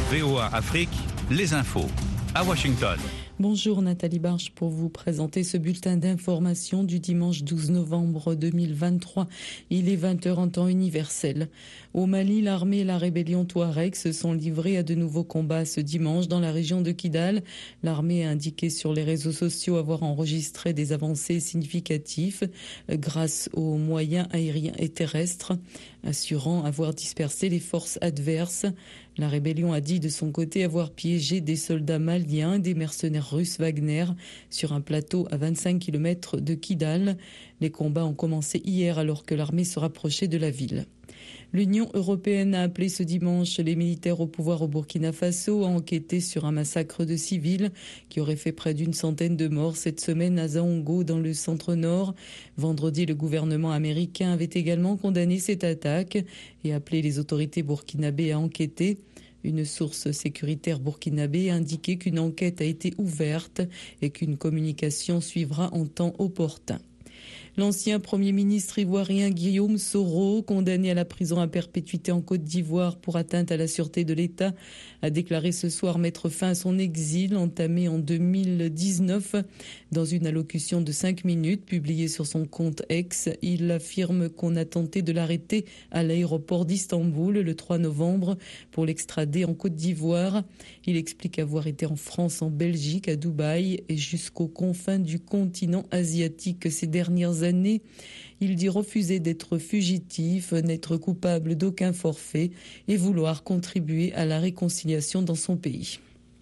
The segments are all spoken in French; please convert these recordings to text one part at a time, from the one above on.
VOA Afrique, les infos. À Washington. Bonjour Nathalie Barche pour vous présenter ce bulletin d'information du dimanche 12 novembre 2023. Il est 20h en temps universel. Au Mali, l'armée et la rébellion Touareg se sont livrés à de nouveaux combats ce dimanche dans la région de Kidal. L'armée a indiqué sur les réseaux sociaux avoir enregistré des avancées significatives grâce aux moyens aériens et terrestres, assurant avoir dispersé les forces adverses. La rébellion a dit de son côté avoir piégé des soldats maliens et des mercenaires russes Wagner sur un plateau à 25 km de Kidal. Les combats ont commencé hier alors que l'armée se rapprochait de la ville. L'Union européenne a appelé ce dimanche les militaires au pouvoir au Burkina Faso à enquêter sur un massacre de civils qui aurait fait près d'une centaine de morts cette semaine à Zaongo dans le centre-nord. Vendredi, le gouvernement américain avait également condamné cette attaque et appelé les autorités burkinabées à enquêter. Une source sécuritaire burkinabé a indiqué qu'une enquête a été ouverte et qu'une communication suivra en temps opportun. L'ancien Premier ministre ivoirien Guillaume Soro, condamné à la prison à perpétuité en Côte d'Ivoire pour atteinte à la sûreté de l'État, a déclaré ce soir mettre fin à son exil entamé en 2019. Dans une allocution de 5 minutes publiée sur son compte X, il affirme qu'on a tenté de l'arrêter à l'aéroport d'Istanbul le 3 novembre pour l'extrader en Côte d'Ivoire. Il explique avoir été en France, en Belgique, à Dubaï et jusqu'aux confins du continent asiatique ces dernières années. Il dit refuser d'être fugitif, n'être coupable d'aucun forfait et vouloir contribuer à la réconciliation dans son pays.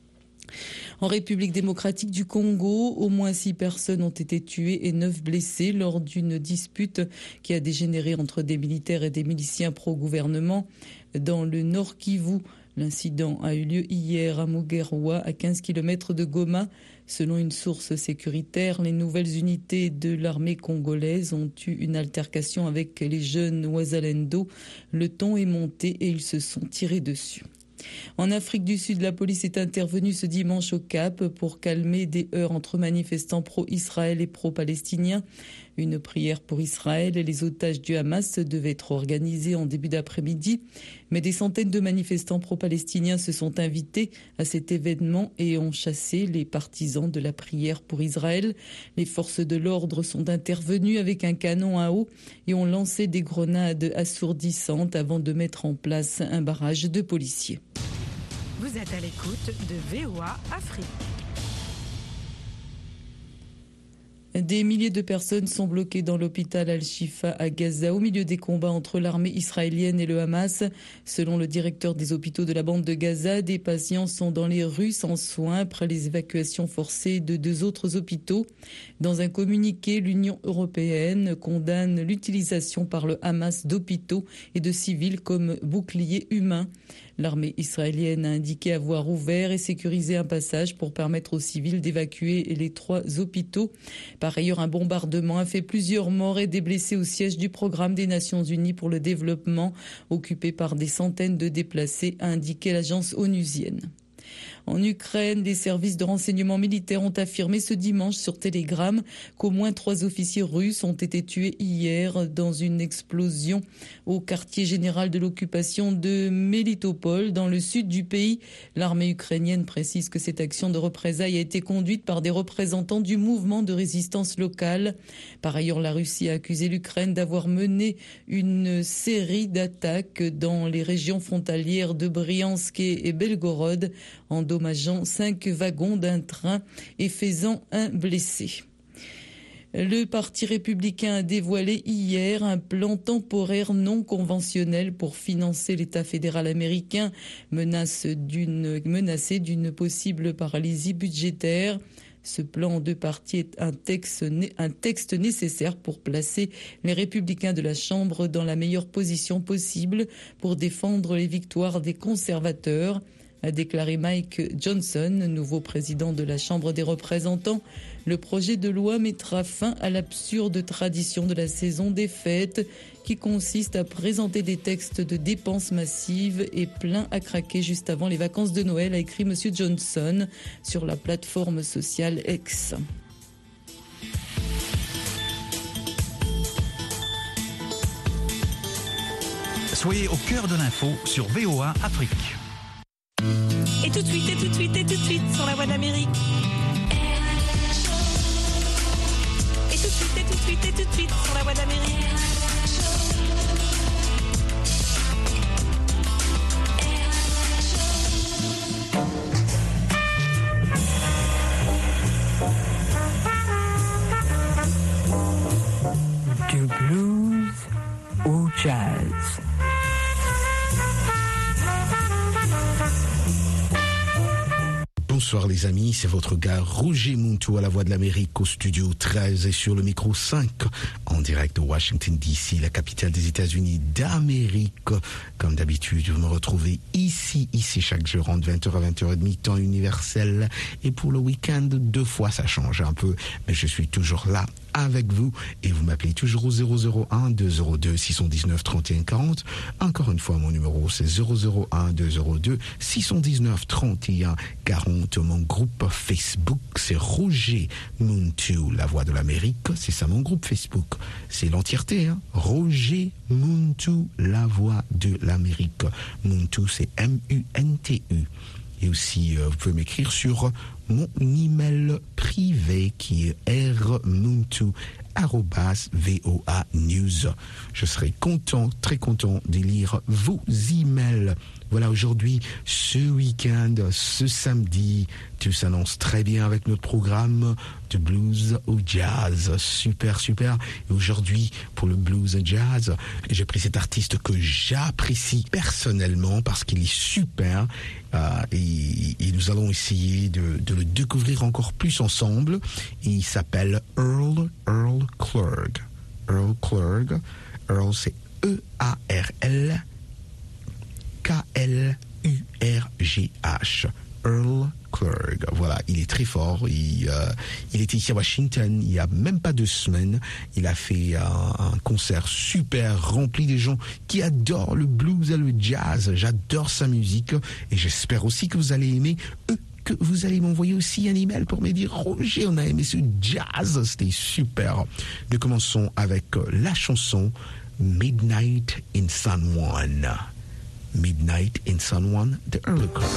En République démocratique du Congo, au moins 6 personnes ont été tuées et 9 blessées lors d'une dispute qui a dégénéré entre des militaires et des miliciens pro-gouvernement dans le Nord Kivu. L'incident a eu lieu hier à Mugerwa, à 15 km de Goma. Selon une source sécuritaire, les nouvelles unités de l'armée congolaise ont eu une altercation avec les jeunes Ouazalendo. Le ton est monté et ils se sont tirés dessus. En Afrique du Sud, la police est intervenue ce dimanche au Cap pour calmer des heurts entre manifestants pro-Israël et pro-palestiniens. Une prière pour Israël et les otages du Hamas devait être organisée en début d'après-midi, mais des centaines de manifestants pro-palestiniens se sont invités à cet événement et ont chassé les partisans de la prière pour Israël. Les forces de l'ordre sont intervenues avec un canon à eau et ont lancé des grenades assourdissantes avant de mettre en place un barrage de policiers. Vous êtes à l'écoute de VOA Afrique. Des milliers de personnes sont bloquées dans l'hôpital Al-Shifa à Gaza au milieu des combats entre l'armée israélienne et le Hamas. Selon le directeur des hôpitaux de la bande de Gaza, des patients sont dans les rues sans soins après les évacuations forcées de 2 autres hôpitaux. Dans un communiqué, l'Union européenne condamne l'utilisation par le Hamas d'hôpitaux et de civils comme boucliers humains. L'armée israélienne a indiqué avoir ouvert et sécurisé un passage pour permettre aux civils d'évacuer les 3 hôpitaux. Par ailleurs, un bombardement a fait plusieurs morts et des blessés au siège du programme des Nations Unies pour le développement, occupé par des centaines de déplacés, a indiqué l'agence onusienne. En Ukraine, les services de renseignement militaire ont affirmé ce dimanche sur Telegram qu'au moins 3 officiers russes ont été tués hier dans une explosion au quartier général de l'occupation de Melitopol, dans le sud du pays. L'armée ukrainienne précise que cette action de représailles a été conduite par des représentants du mouvement de résistance locale. Par ailleurs, la Russie a accusé l'Ukraine d'avoir mené une série d'attaques dans les régions frontalières de Bryansk et Belgorod, endommageant 5 wagons d'un train et faisant un blessé. Le Parti républicain a dévoilé hier un plan temporaire non conventionnel pour financer l'État fédéral américain, menacé d'une possible paralysie budgétaire. Ce plan en 2 parties est un texte nécessaire pour placer les républicains de la Chambre dans la meilleure position possible pour défendre les victoires des conservateurs, a déclaré Mike Johnson, nouveau président de la Chambre des représentants. Le projet de loi mettra fin à l'absurde tradition de la saison des fêtes qui consiste à présenter des textes de dépenses massives et pleins à craquer juste avant les vacances de Noël, a écrit M. Johnson sur la plateforme sociale X. Soyez au cœur de l'info sur VOA Afrique. tout de suite, et tout de suite, et tout de suite sur la voie d'Amérique. Et tout de suite, et tout de suite, et tout de suite sur la voie d'Amérique. Du blues au jazz. Bonsoir les amis, c'est votre gars Roger Muntou à la Voix de l'Amérique au studio 13 et sur le micro 5 en direct de Washington DC, la capitale des États-Unis d'Amérique. Comme d'habitude, vous me retrouvez ici chaque jour entre 20h à 20h30 temps universel, et pour le week-end 2 fois ça change un peu, mais je suis toujours là avec vous et vous m'appelez toujours au 001 202 619 31 40. Encore une fois, mon numéro c'est 001 202 619 31 40. Mon groupe Facebook c'est Roger Muntou, la Voix de l'Amérique. C'est ça mon groupe Facebook. C'est l'entièreté, hein. Roger Muntou, la Voix de l'Amérique. Muntou c'est M-U-N-T-U. Et aussi, vous pouvez m'écrire sur mon email privé qui est rmuntou@voanews. Je serai content, très content de lire vos emails. Voilà, aujourd'hui, ce week-end, ce samedi, tout s'annonce très bien avec notre programme de blues au jazz. Super, super. Et aujourd'hui, pour le blues et jazz, j'ai pris cet artiste que j'apprécie personnellement parce qu'il est super. Et nous allons essayer de le découvrir encore plus ensemble. Et il s'appelle Earl Klugh. Earl Klugh. Earl, c'est E-A-R-L K-L-U-R-G-H. Earl Klugh. Voilà, il est très fort. Il était ici à Washington il n'y a même pas 2 semaines. Il a fait un concert super rempli de gens qui adorent le blues et le jazz. J'adore sa musique et j'espère aussi que vous allez aimer. Que vous allez m'envoyer aussi un email pour me dire Roger, on a aimé ce jazz, c'était super. Nous commençons avec la chanson Midnight in San Juan. Midnight in San Juan de Earl Klugh.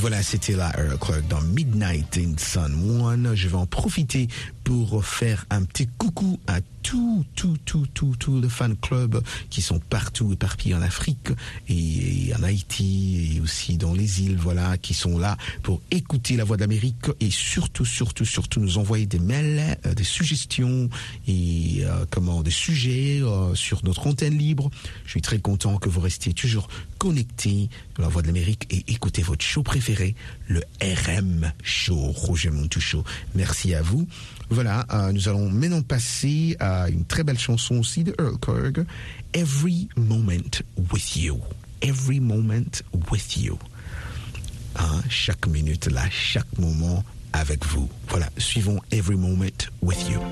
Voilà, c'était la Earl Clark dans Midnight in Sun One. Je vais en profiter pour faire un petit coucou à tout le fan club qui sont partout éparpillés en Afrique et en Haïti et aussi dans les îles, voilà, qui sont là pour écouter la voix de l'Amérique et surtout nous envoyer des mails, des suggestions et des sujets sur notre antenne libre. Je suis très content que vous restiez toujours connectés à la voix de l'Amérique et écoutez votre show préféré, le RM Show, Roger Montou Show. Merci à vous. Voilà, nous allons maintenant passer à une très belle chanson aussi de Earl Clark, Every Moment With You. Every Moment With You. Chaque minute là, chaque moment avec vous. Voilà, suivons Every Moment With You.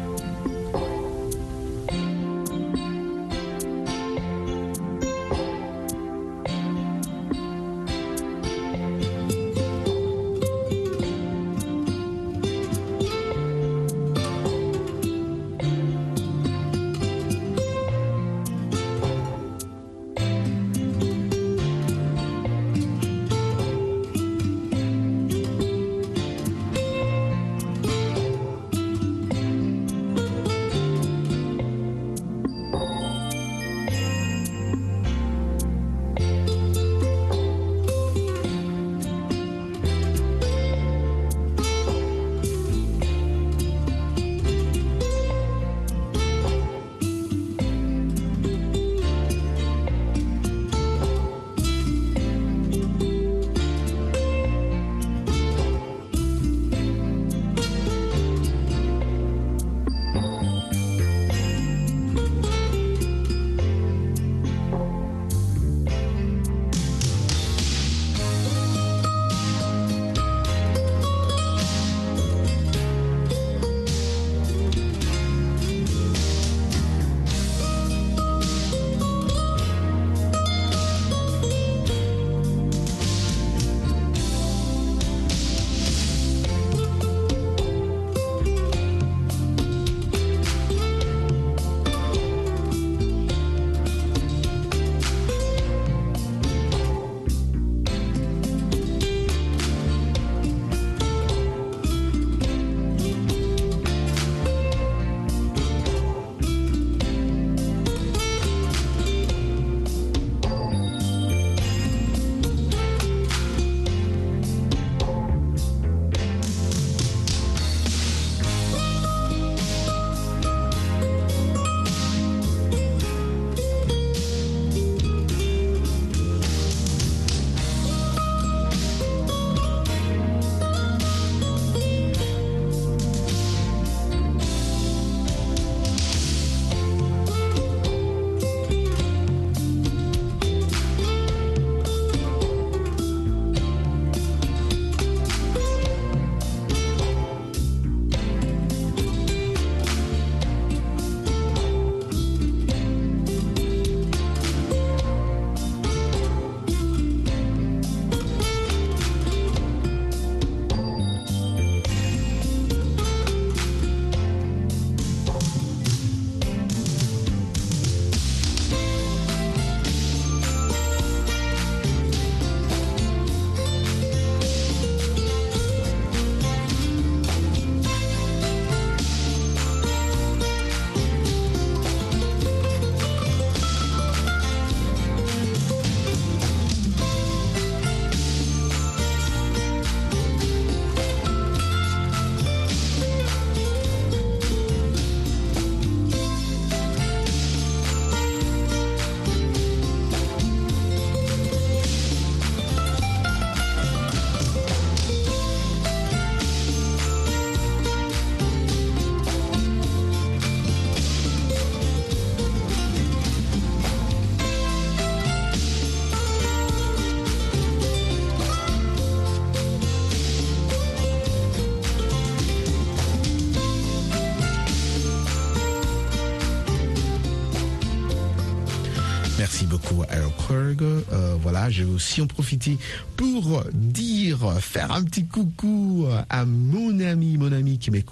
Merci beaucoup à Earl Clark. Voilà, je vais aussi en profiter pour faire un petit coucou à mon ami qui m'écoute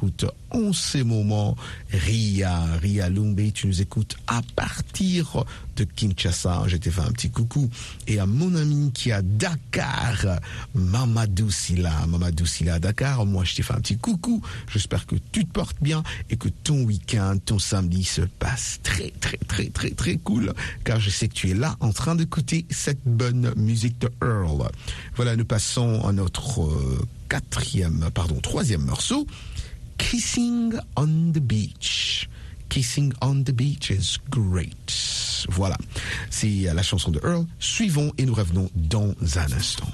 en ces moments. Ria Lumbe, tu nous écoutes à partir de Kinshasa. Je t'ai fait un petit coucou. Et à mon ami qui est à Dakar, Mamadou Silla à Dakar, moi je t'ai fait un petit coucou. J'espère que tu te portes bien et que ton week-end, ton samedi se passe très cool, car je sais que tu es là en train d'écouter cette bonne musique de Earl. Voilà, nous passons à notre troisième morceau, Kissing on the Beach. Kissing on the Beach is great. Voilà, c'est la chanson de Earl. Suivons et nous revenons dans un instant.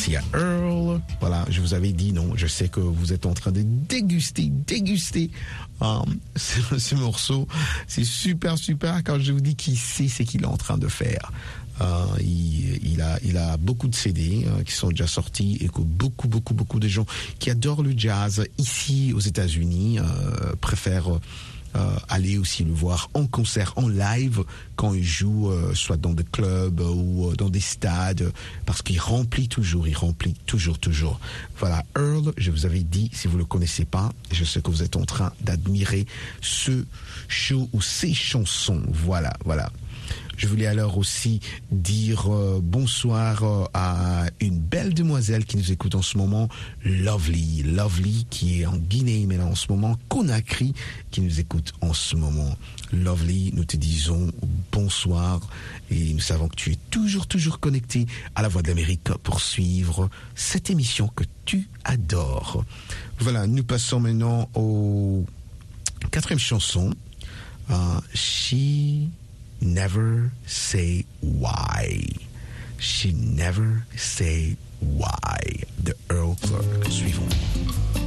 Merci à Earl. Voilà, je vous avais dit non. Je sais que vous êtes en train de déguster ce morceau. C'est super. Quand je vous dis qu'il sait ce qu'il est en train de faire. Il a beaucoup de CD qui sont déjà sortis et que beaucoup de gens qui adorent le jazz ici aux États-Unis préfèrent aller aussi le voir en concert, en live, quand il joue soit dans des clubs ou dans des stades, parce qu'il remplit toujours. Voilà, Earl, je vous avais dit, si vous le connaissez pas, je sais que vous êtes en train d'admirer ce show ou ces chansons. Voilà. Je voulais alors aussi dire bonsoir à une belle demoiselle qui nous écoute en ce moment, Lovely qui est en Guinée, mais là en ce moment, Conakry qui nous écoute en ce moment. Lovely, nous te disons bonsoir et nous savons que tu es toujours connecté à la Voix de l'Amérique pour suivre cette émission que tu adores. Voilà, nous passons maintenant au 4e chanson. She Never Say Why. She Never Say Why. De Earl Clark. Suivons.